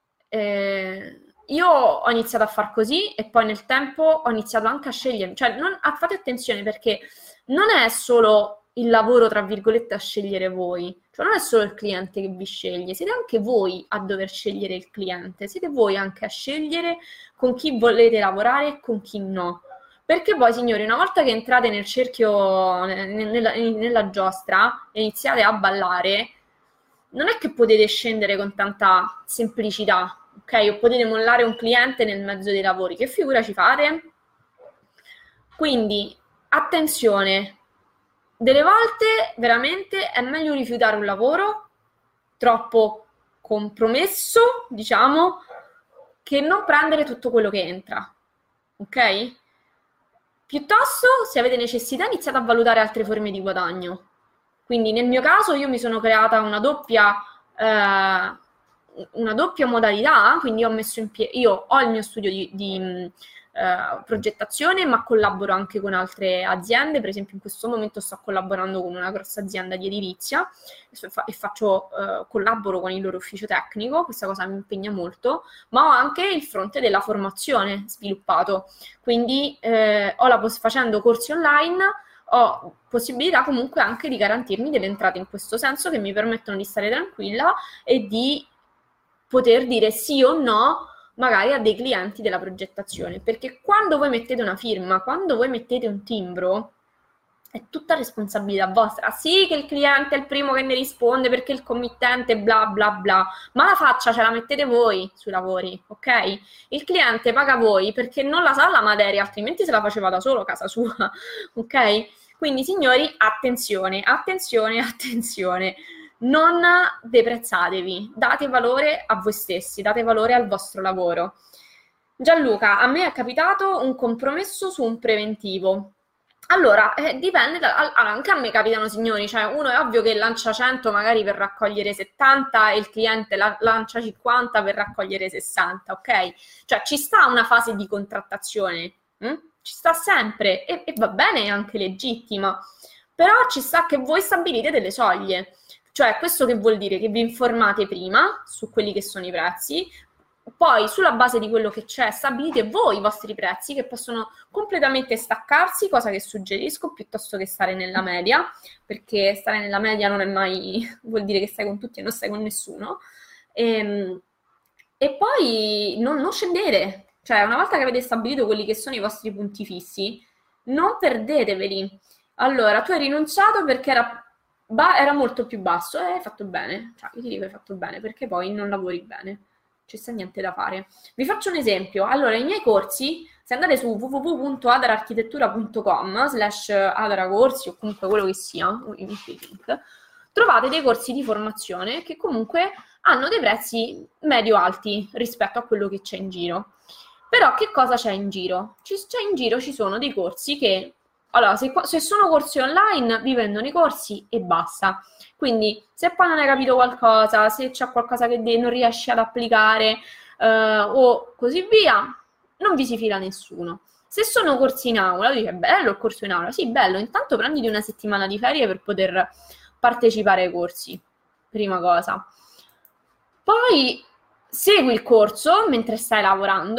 Io ho iniziato a far così e poi nel tempo ho iniziato anche a scegliere, cioè fate attenzione perché non è solo il lavoro, tra virgolette, a scegliere voi, cioè non è solo il cliente che vi sceglie, siete anche voi a dover scegliere il cliente, siete voi anche a scegliere con chi volete lavorare e con chi no. Perché poi, signori, una volta che entrate nel cerchio, nella giostra e iniziate a ballare, non è che potete scendere con tanta semplicità, ok? O potete mollare un cliente nel mezzo dei lavori. Che figura ci fate? Quindi, attenzione, delle volte veramente è meglio rifiutare un lavoro troppo compromesso, diciamo, che non prendere tutto quello che entra, ok? Piuttosto, se avete necessità, iniziate a valutare altre forme di guadagno. Quindi nel mio caso io mi sono creata una doppia modalità, quindi io ho il mio studio progettazione, ma collaboro anche con altre aziende. Per esempio in questo momento sto collaborando con una grossa azienda di edilizia e collaboro con il loro ufficio tecnico, questa cosa mi impegna molto, ma ho anche il fronte della formazione sviluppato, quindi facendo corsi online ho possibilità comunque anche di garantirmi delle entrate in questo senso che mi permettono di stare tranquilla e di poter dire sì o no magari a dei clienti della progettazione, perché quando voi mettete una firma, quando voi mettete un timbro, è tutta responsabilità vostra. Sì che il cliente è il primo che ne risponde perché il committente bla bla bla, ma la faccia ce la mettete voi sui lavori, ok? Il cliente paga voi perché non la sa la materia, altrimenti se la faceva da solo a casa sua, ok? Quindi signori, attenzione, attenzione, attenzione. Non deprezzatevi, date valore a voi stessi, date valore al vostro lavoro. Gianluca, a me è capitato un compromesso su un preventivo. Allora, dipende, anche a me capitano signori, cioè uno è ovvio che lancia 100 magari per raccogliere 70 e il cliente lancia 50 per raccogliere 60, ok? Cioè ci sta una fase di contrattazione, ci sta sempre e va bene, è anche legittima, però ci sta che voi stabilite delle soglie. Cioè, questo che vuol dire? Che vi informate prima su quelli che sono i prezzi, poi sulla base di quello che c'è stabilite voi i vostri prezzi che possono completamente staccarsi, cosa che suggerisco piuttosto che stare nella media, perché stare nella media non è mai, vuol dire che stai con tutti e non stai con nessuno. E poi non scendete, cioè una volta che avete stabilito quelli che sono i vostri punti fissi, non perdeteveli. Allora, tu hai rinunciato perché era molto più basso e hai fatto bene, cioè io ti dico hai fatto bene perché poi non lavori bene, ci sta niente da fare. Vi faccio un esempio. Allora, i miei corsi, se andate su www.adararchitettura.com/adaracorsi o comunque quello che sia, i link, trovate dei corsi di formazione che comunque hanno dei prezzi medio-alti rispetto a quello che c'è in giro. Però che cosa c'è in giro? C'è in giro ci sono dei corsi che allora, se sono corsi online, vi vendono i corsi e basta. Quindi, se poi non hai capito qualcosa, se c'è qualcosa che non riesci ad applicare o così via, non vi si fila nessuno. Se sono corsi in aula, dici, è bello il corso in aula? Sì, bello. Intanto prenditi una settimana di ferie per poter partecipare ai corsi, prima cosa. Poi segui il corso mentre stai lavorando,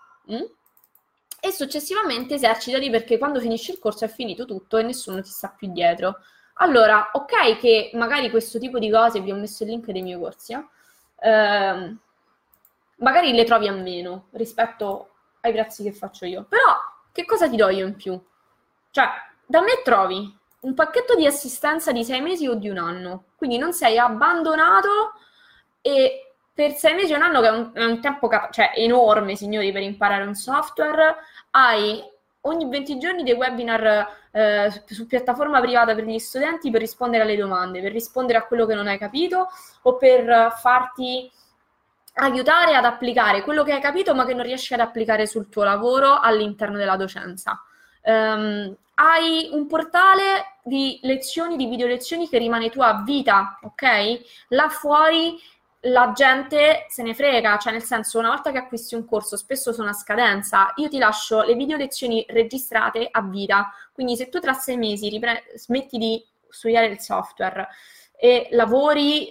e successivamente esercitati perché quando finisci il corso è finito tutto e nessuno ti sta più dietro. Allora, ok che magari questo tipo di cose, vi ho messo il link dei miei corsi, magari le trovi a meno rispetto ai prezzi che faccio io, però che cosa ti do io in più? Cioè, da me trovi un pacchetto di assistenza di 6 mesi o di un anno, quindi non sei abbandonato e per 6 mesi o un anno, che è un tempo cioè, enorme, signori, per imparare un software, hai ogni 20 giorni dei webinar su piattaforma privata per gli studenti per rispondere alle domande, per rispondere a quello che non hai capito o per farti aiutare ad applicare quello che hai capito ma che non riesci ad applicare sul tuo lavoro all'interno della docenza. Hai un portale di lezioni, di video lezioni che rimane tu a vita, ok? Là fuori la gente se ne frega, cioè nel senso una volta che acquisti un corso spesso sono a scadenza, io ti lascio le video lezioni registrate a vita, quindi se tu tra 6 mesi smetti di studiare il software e lavori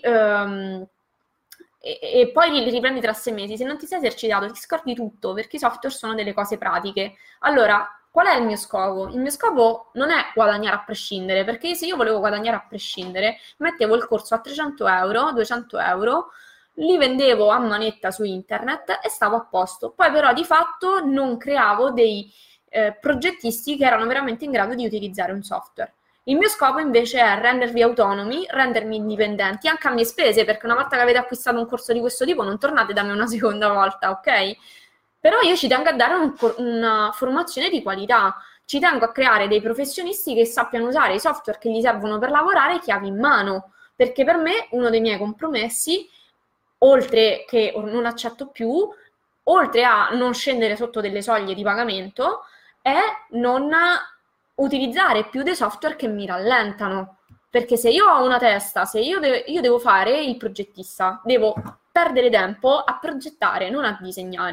e poi li riprendi tra 6 mesi, se non ti sei esercitato ti scordi tutto perché i software sono delle cose pratiche. Allora, qual è il mio scopo? Il mio scopo non è guadagnare a prescindere, perché se io volevo guadagnare a prescindere, mettevo il corso a 300 euro, 200 euro, li vendevo a manetta su internet e stavo a posto. Poi però di fatto non creavo dei progettisti che erano veramente in grado di utilizzare un software. Il mio scopo invece è rendervi autonomi, rendermi indipendenti, anche a mie spese, perché una volta che avete acquistato un corso di questo tipo non tornate da me una seconda volta, ok? Però io ci tengo a dare una formazione di qualità, ci tengo a creare dei professionisti che sappiano usare i software che gli servono per lavorare chiavi in mano, perché per me uno dei miei compromessi, oltre che non accetto più, oltre a non scendere sotto delle soglie di pagamento, è non utilizzare più dei software che mi rallentano. Perché se io ho una testa, se io devo fare il progettista, devo perdere tempo a progettare, non a disegnare.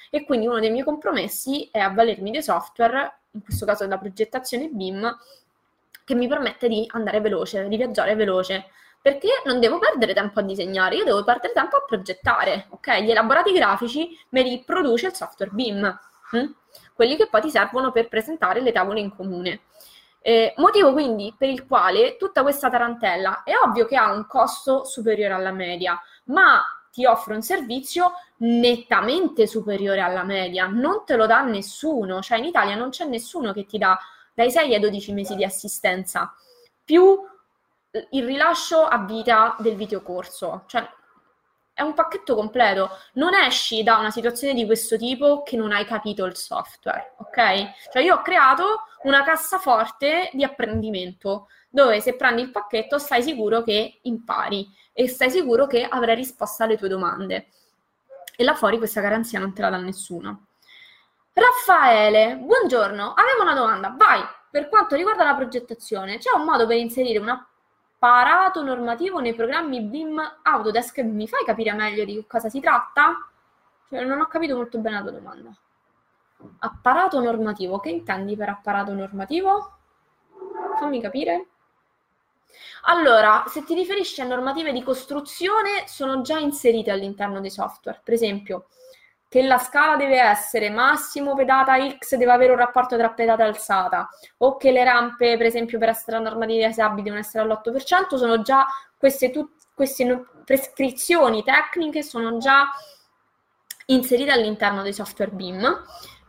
e quindi uno dei miei compromessi è avvalermi dei software, in questo caso della progettazione BIM, che mi permette di andare veloce, di viaggiare veloce, perché non devo perdere tempo a disegnare, io devo perdere tempo a progettare, ok? Gli elaborati grafici me li produce il software BIM, quelli che poi ti servono per presentare le tavole in comune. Motivo quindi per il quale tutta questa tarantella è ovvio che ha un costo superiore alla media, ma ti offre un servizio nettamente superiore alla media, non te lo dà nessuno, cioè in Italia non c'è nessuno che ti dà dai 6 ai 12 mesi di assistenza, più il rilascio a vita del videocorso, cioè è un pacchetto completo, non esci da una situazione di questo tipo che non hai capito il software, ok? Cioè io ho creato una cassaforte di apprendimento, dove se prendi il pacchetto stai sicuro che impari e stai sicuro che avrai risposta alle tue domande. E là fuori questa garanzia non te la dà nessuno. Raffaele, buongiorno, avevo una domanda, vai! Per quanto riguarda la progettazione, c'è un modo per inserire un apparato normativo nei programmi BIM Autodesk? Mi fai capire meglio di che cosa si tratta? Cioè, non ho capito molto bene la tua domanda. Apparato normativo, che intendi per apparato normativo? Fammi capire. Allora, se ti riferisci a normative di costruzione, sono già inserite all'interno dei software. Per esempio, che la scala deve essere massimo pedata X, deve avere un rapporto tra pedata e alzata, o che le rampe, per esempio, per essere normative ASAB devono essere all'8%, sono già queste prescrizioni tecniche sono già inserite all'interno dei software BIM.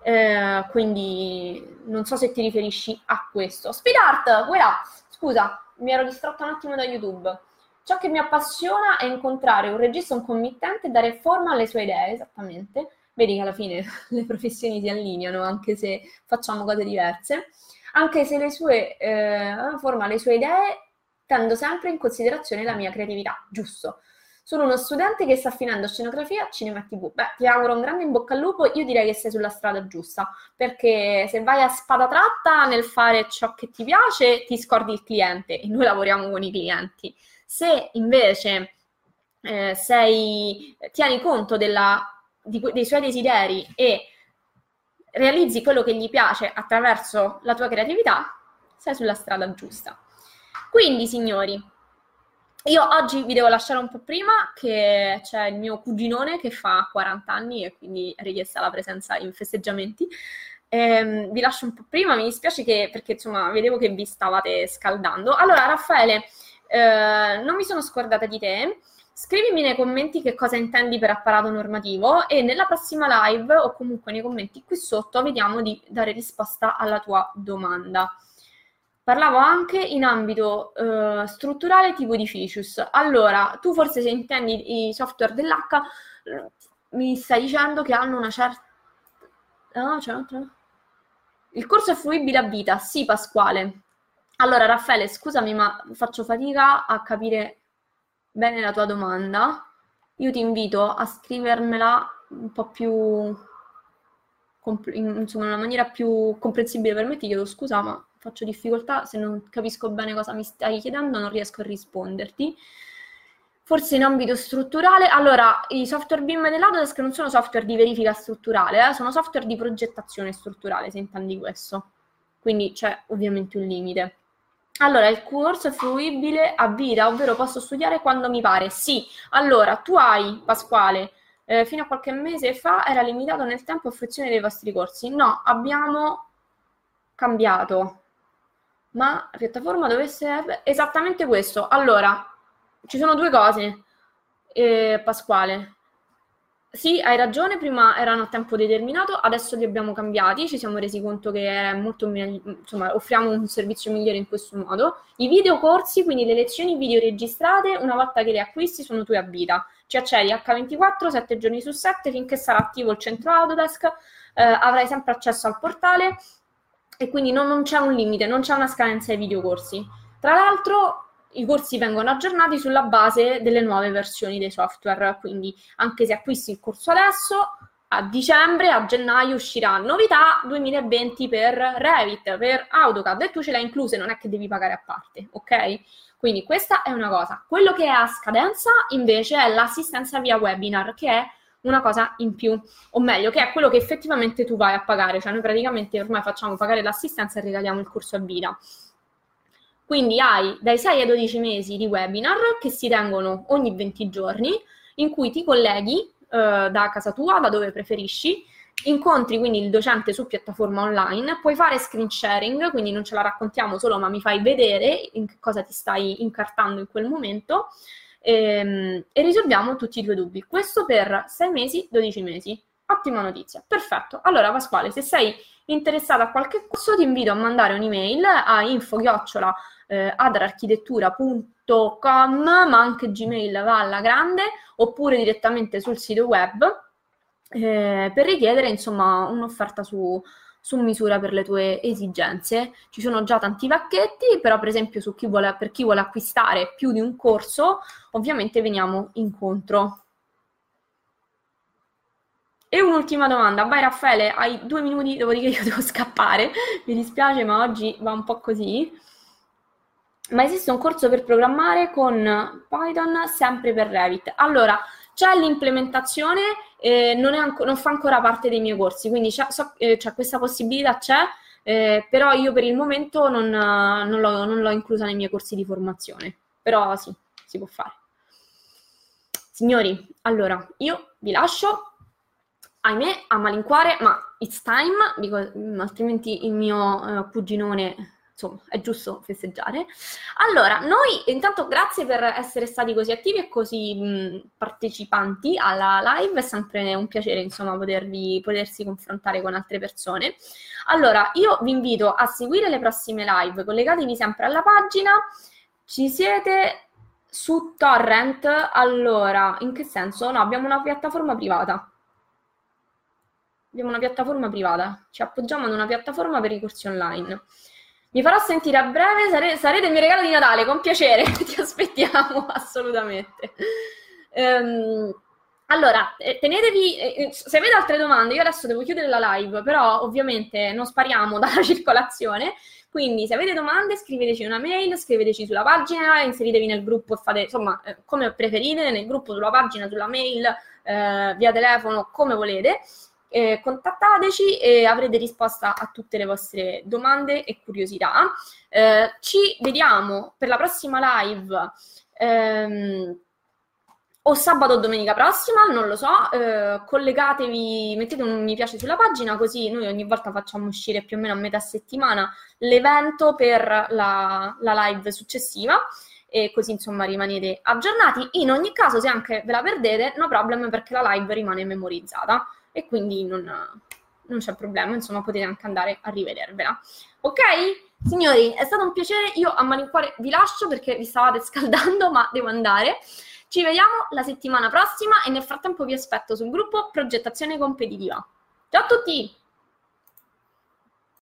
Quindi non so se ti riferisci a questo. Speedart, scusa, mi ero distratta un attimo da YouTube. Ciò che mi appassiona è incontrare un regista, un committente e dare forma alle sue idee, esattamente. Vedi che alla fine le professioni si allineano, anche se facciamo cose diverse. Anche se le sue forma alle sue idee, tenendo sempre in considerazione la mia creatività, giusto. Sono uno studente che sta finendo scenografia, cinema e TV. Beh, ti auguro un grande in bocca al lupo, io direi che sei sulla strada giusta, perché se vai a spada tratta nel fare ciò che ti piace, ti scordi il cliente, e noi lavoriamo con i clienti. Se invece tieni conto dei suoi desideri e realizzi quello che gli piace attraverso la tua creatività, sei sulla strada giusta. Quindi, signori, io oggi vi devo lasciare un po' prima, che c'è il mio cuginone che fa 40 anni e quindi è richiesta la presenza in festeggiamenti. Vi lascio un po' prima, mi dispiace perché insomma vedevo che vi stavate scaldando. Allora, Raffaele, non mi sono scordata di te. Scrivimi nei commenti che cosa intendi per apparato normativo e nella prossima live o comunque nei commenti qui sotto vediamo di dare risposta alla tua domanda. Parlavo anche in ambito strutturale tipo di Ficius. Allora, tu forse se intendi i software dell'H mi stai dicendo che hanno una certa... No, c'è un'altra... Il corso è fruibile a vita? Sì, Pasquale. Allora, Raffaele, scusami, ma faccio fatica a capire bene la tua domanda. Io ti invito a scrivermela un po' più... insomma, in una maniera più comprensibile per me. Ti chiedo scusa, ma faccio difficoltà, se non capisco bene cosa mi stai chiedendo non riesco a risponderti. Forse in ambito strutturale, allora i software BIM dell'Autodesk non sono software di verifica strutturale, sono software di progettazione strutturale, se intendi questo. Quindi c'è ovviamente un limite. Allora, il corso è fruibile a vita, ovvero posso studiare quando mi pare? Sì. Allora, tu hai, Pasquale, fino a qualche mese fa era limitato nel tempo a fruizione dei vostri corsi. No, abbiamo cambiato. Ma la piattaforma dove serve? Esattamente questo. Allora, ci sono due cose, Pasquale. Sì, hai ragione, prima erano a tempo determinato, adesso li abbiamo cambiati, ci siamo resi conto che è molto meglio, insomma, offriamo un servizio migliore in questo modo. I videocorsi, quindi le lezioni video registrate, una volta che le acquisti sono tue a vita. Ci accedi H24, 7 giorni su 7, finché sarà attivo il centro Autodesk, avrai sempre accesso al portale e quindi non c'è un limite, non c'è una scadenza ai videocorsi. Tra l'altro i corsi vengono aggiornati sulla base delle nuove versioni dei software, quindi anche se acquisti il corso adesso, a dicembre, a gennaio uscirà novità 2020 per Revit, per AutoCAD e tu ce l'hai incluse, non è che devi pagare a parte, ok? Quindi questa è una cosa. Quello che è a scadenza invece è l'assistenza via webinar, che è una cosa in più, o meglio, che è quello che effettivamente tu vai a pagare, cioè noi praticamente ormai facciamo pagare l'assistenza e regaliamo il corso a vita. Quindi hai dai 6 ai 12 mesi di webinar che si tengono ogni 20 giorni, in cui ti colleghi da casa tua, da dove preferisci, incontri quindi il docente su piattaforma online, puoi fare screen sharing, quindi non ce la raccontiamo solo, ma mi fai vedere in che cosa ti stai incartando in quel momento, e risolviamo tutti i tuoi dubbi. Questo per 6 mesi, 12 mesi. Ottima notizia, perfetto. Allora Pasquale, se sei interessata a qualche corso ti invito a mandare un'email a info@adrarchitettura.com, ma anche Gmail va alla grande, oppure direttamente sul sito web, per richiedere insomma un'offerta su misura per le tue esigenze. Ci sono già tanti pacchetti, però per esempio per chi vuole acquistare più di un corso, ovviamente veniamo incontro. E un'ultima domanda. Vai Raffaele, hai 2 minuti, dopodiché io devo scappare. Mi dispiace, ma oggi va un po' così. Ma esiste un corso per programmare con Python sempre per Revit? Allora, c'è l'implementazione, non fa ancora parte dei miei corsi, quindi c'è questa possibilità, però io per il momento non l'ho inclusa nei miei corsi di formazione. Però sì, si può fare. Signori, allora, io vi lascio. Ahimè, a malincuore, ma it's time, altrimenti il mio cuginone, insomma, è giusto festeggiare. Allora, noi intanto grazie per essere stati così attivi e così partecipanti alla live, è sempre un piacere, insomma, potersi confrontare con altre persone. Allora, io vi invito a seguire le prossime live, collegatevi sempre alla pagina. Ci siete su Torrent? Allora, in che senso? No, abbiamo una piattaforma privata. Abbiamo una piattaforma privata, ci appoggiamo ad una piattaforma per i corsi online. Mi farò sentire a breve, sarete il mio regalo di Natale, con piacere, ti aspettiamo assolutamente. Allora, tenetevi, se avete altre domande, io adesso devo chiudere la live, però ovviamente non spariamo dalla circolazione, quindi se avete domande scriveteci una mail, scriveteci sulla pagina, inseritevi nel gruppo e fate, insomma, come preferite, nel gruppo, sulla pagina, sulla mail, via telefono, come volete. Contattateci e avrete risposta a tutte le vostre domande e curiosità. Ci vediamo per la prossima live o sabato o domenica prossima, non lo so. Collegatevi, mettete un mi piace sulla pagina, così noi ogni volta facciamo uscire più o meno a metà settimana l'evento per la live successiva, e così insomma rimanete aggiornati. In ogni caso, se anche ve la perdete, no problem, perché la live rimane memorizzata e quindi non c'è problema, insomma potete anche andare a rivedervela. Ok? Signori, è stato un piacere, io a malincuore vi lascio perché vi stavate scaldando, ma devo andare. Ci vediamo la settimana prossima e nel frattempo vi aspetto sul gruppo Progettazione Competitiva. Ciao a tutti!